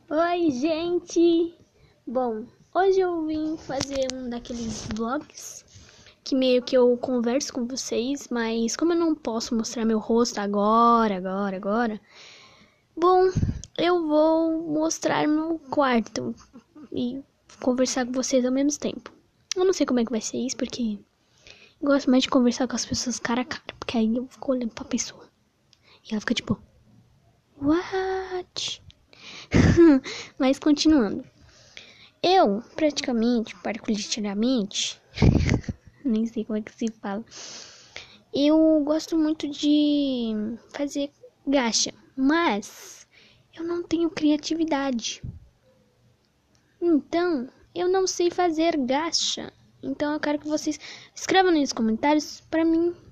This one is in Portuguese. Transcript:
Oi, gente! Bom, hoje eu vim fazer um daqueles vlogs que meio que eu converso com vocês, mas como eu não posso mostrar meu rosto agora, bom, eu vou mostrar meu quarto e conversar com vocês ao mesmo tempo. Eu não sei como é que vai ser isso, porque eu gosto mais de conversar com as pessoas cara a cara, porque aí eu fico olhando pra pessoa e ela fica tipo, what? Mas continuando. Eu, praticamente, particularmente, nem sei como é que se fala, eu gosto muito de fazer gacha, mas eu não tenho criatividade. Então, eu não sei fazer gacha. Então, eu quero que vocês escrevam nos comentários pra mim